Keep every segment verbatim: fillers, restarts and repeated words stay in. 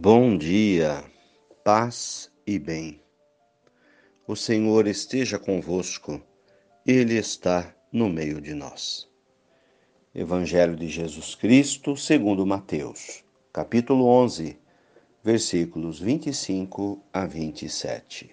Bom dia, paz e bem. O Senhor esteja convosco, Ele está no meio de nós. Evangelho de Jesus Cristo, segundo Mateus, capítulo onze, versículos vinte e cinco a vinte e sete.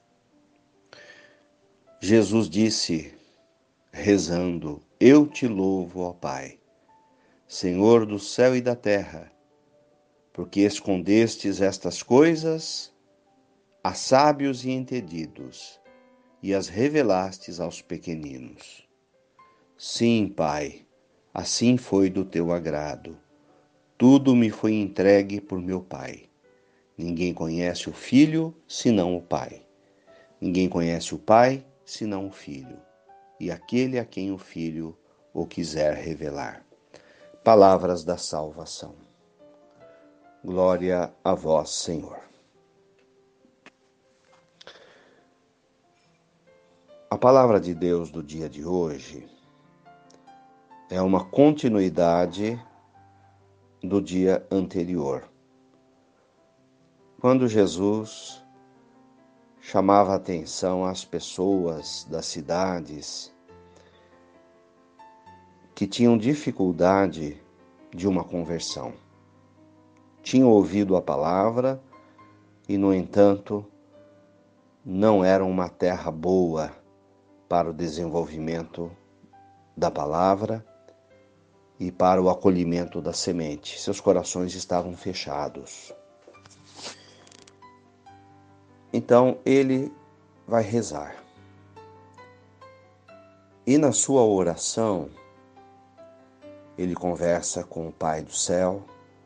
Jesus disse, rezando: Eu te louvo, ó Pai, Senhor do céu e da terra, porque escondestes estas coisas a sábios e entendidos, e as revelastes aos pequeninos. Sim, Pai, assim foi do teu agrado. Tudo me foi entregue por meu Pai. Ninguém conhece o Filho, senão o Pai. Ninguém conhece o Pai, senão o Filho, e aquele a quem o Filho o quiser revelar. Palavras da salvação. Glória a vós, Senhor. A palavra de Deus do dia de hoje é uma continuidade do dia anterior, quando Jesus chamava a atenção às pessoas das cidades que tinham dificuldade de uma conversão. Tinham ouvido a palavra e, no entanto, não eram uma terra boa para o desenvolvimento da palavra e para o acolhimento da semente. Seus corações estavam fechados. Então ele vai rezar. E na sua oração, ele conversa com o Pai do céu,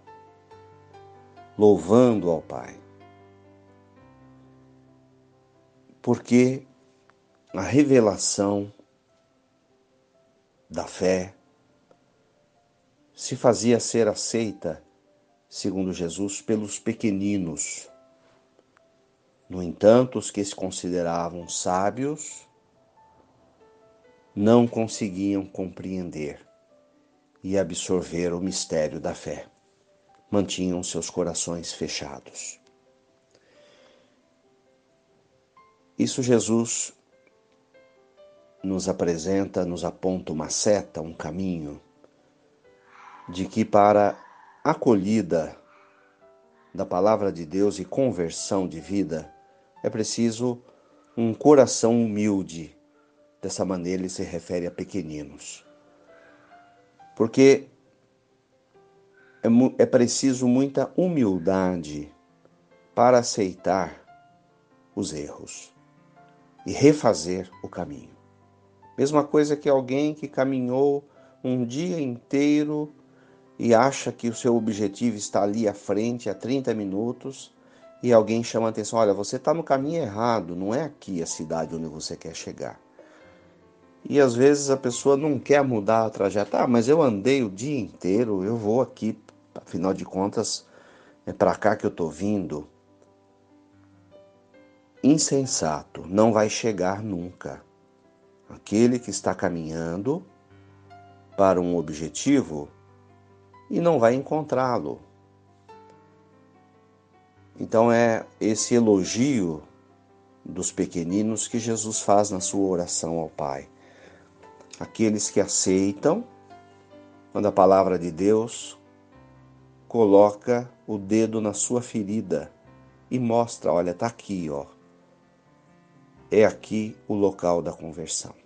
louvando ao Pai. Porque a revelação da fé se fazia ser aceita, segundo Jesus, pelos pequeninos. No entanto, os que se consideravam sábios não conseguiam compreender e absorver o mistério da fé. Mantinham seus corações fechados. Isso Jesus nos apresenta, nos aponta uma seta, um caminho, de que para acolhida da palavra de Deus e conversão de vida, é preciso um coração humilde. Dessa maneira ele se refere a pequeninos. Porque é, é preciso muita humildade para aceitar os erros e refazer o caminho. Mesma coisa que alguém que caminhou um dia inteiro e acha que o seu objetivo está ali à frente, há trinta minutos, e alguém chama a atenção: olha, você está no caminho errado, não é aqui a cidade onde você quer chegar. E às vezes a pessoa não quer mudar a trajetória. Ah, mas eu andei o dia inteiro, eu vou aqui, afinal de contas, é para cá que eu estou vindo. Insensato, não vai chegar nunca. Aquele que está caminhando para um objetivo e não vai encontrá-lo. Então é esse elogio dos pequeninos que Jesus faz na sua oração ao Pai. Aqueles que aceitam, quando a palavra de Deus coloca o dedo na sua ferida e mostra, olha, está aqui, ó. É aqui o local da conversão.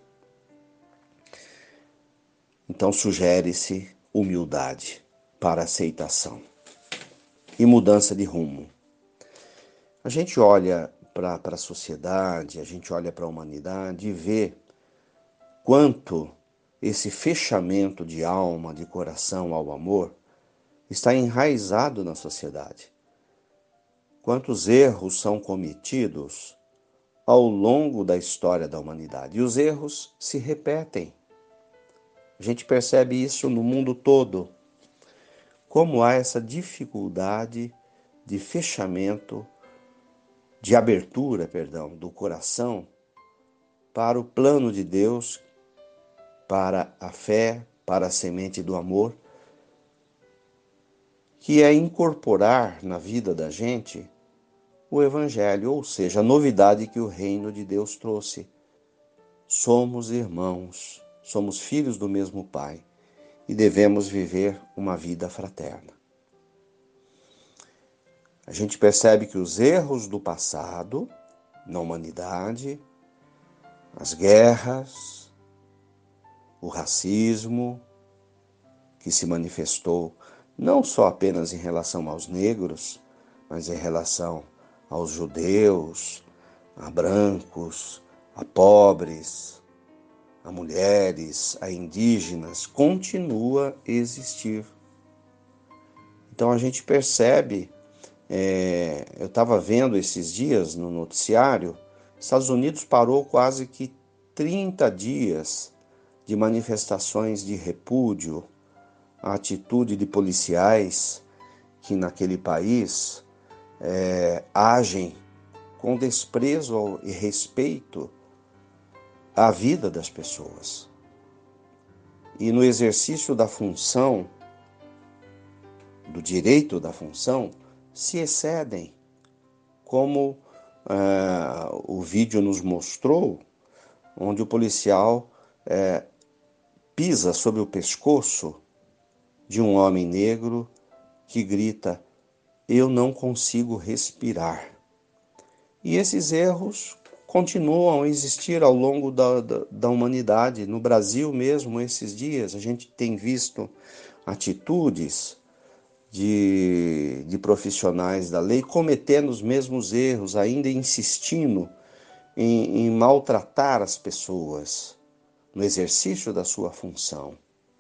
Então sugere-se humildade para aceitação e mudança de rumo. A gente olha para a sociedade, a gente olha para a humanidade e vê quanto esse fechamento de alma, de coração ao amor, está enraizado na sociedade. Quantos erros são cometidos ao longo da história da humanidade. E os erros se repetem. A gente percebe isso no mundo todo. Como há essa dificuldade de fechamento, de abertura, perdão, do coração para o plano de Deus, para a fé, para a semente do amor, que é incorporar na vida da gente o Evangelho, ou seja, a novidade que o reino de Deus trouxe. Somos irmãos, somos filhos do mesmo Pai e devemos viver uma vida fraterna. A gente percebe que os erros do passado, na humanidade, as guerras, o racismo, que se manifestou não só apenas em relação aos negros, mas em relação aos judeus, a brancos, a pobres, a mulheres, a indígenas, continua a existir. Então a gente percebe, é, eu estava vendo esses dias no noticiário, Estados Unidos parou quase que trinta dias de manifestações de repúdio à atitude de policiais que naquele país é, agem com desprezo e respeito à vida das pessoas. E no exercício da função, do direito da função, se excedem, como uh, o vídeo nos mostrou, onde o policial uh, pisa sobre o pescoço de um homem negro que grita: "Eu não consigo respirar". E esses erros continuam a existir ao longo da, da, da humanidade. No Brasil mesmo, esses dias, a gente tem visto atitudes de, de profissionais da lei cometendo os mesmos erros, ainda insistindo em, em maltratar as pessoas no exercício da sua função.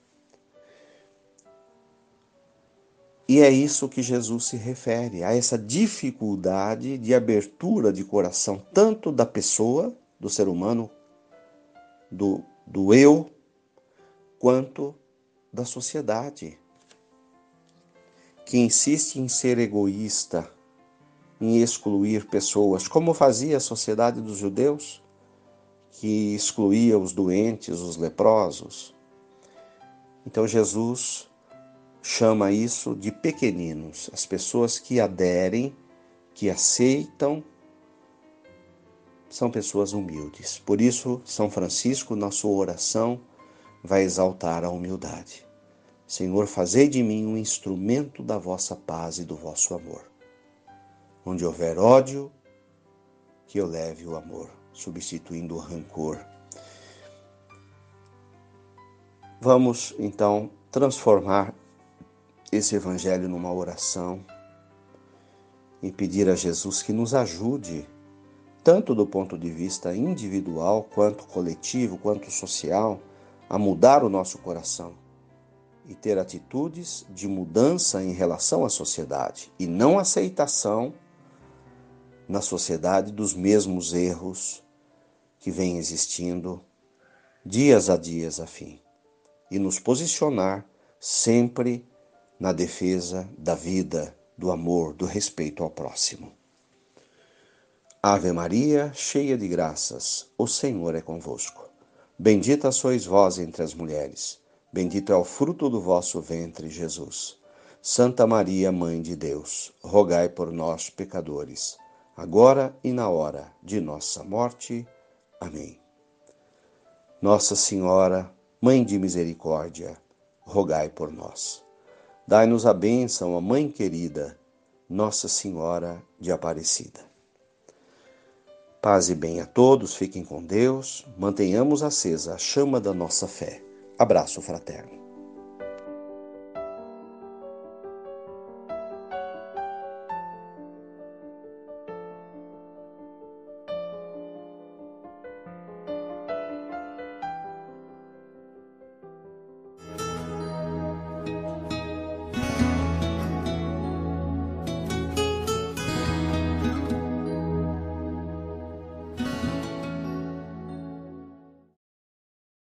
E é isso que Jesus se refere, a essa dificuldade de abertura de coração, tanto da pessoa, do ser humano, do, do eu, quanto da sociedade, que insiste em ser egoísta, em excluir pessoas, como fazia a sociedade dos judeus, que excluía os doentes, os leprosos. Então Jesus chama isso de pequeninos, as pessoas que aderem, que aceitam, são pessoas humildes. Por isso, São Francisco, na sua oração, vai exaltar a humildade. Senhor, fazei de mim um instrumento da vossa paz e do vosso amor. Onde houver ódio, que eu leve o amor, substituindo o rancor. Vamos, então, transformar esse evangelho numa oração e pedir a Jesus que nos ajude, tanto do ponto de vista individual, quanto coletivo, quanto social, a mudar o nosso coração e ter atitudes de mudança em relação à sociedade e não aceitação na sociedade dos mesmos erros que vêm existindo dias a dias a fim, e nos posicionar sempre na defesa da vida, do amor, do respeito ao próximo. Ave Maria, cheia de graças, o Senhor é convosco. Bendita sois vós entre as mulheres, bendito é o fruto do vosso ventre, Jesus. Santa Maria, Mãe de Deus, rogai por nós, pecadores, agora e na hora de nossa morte. Amém. Nossa Senhora, Mãe de Misericórdia, rogai por nós. Dai-nos a bênção, a Mãe querida, Nossa Senhora de Aparecida. Paz e bem a todos, fiquem com Deus, mantenhamos acesa a chama da nossa fé. Abraço fraterno.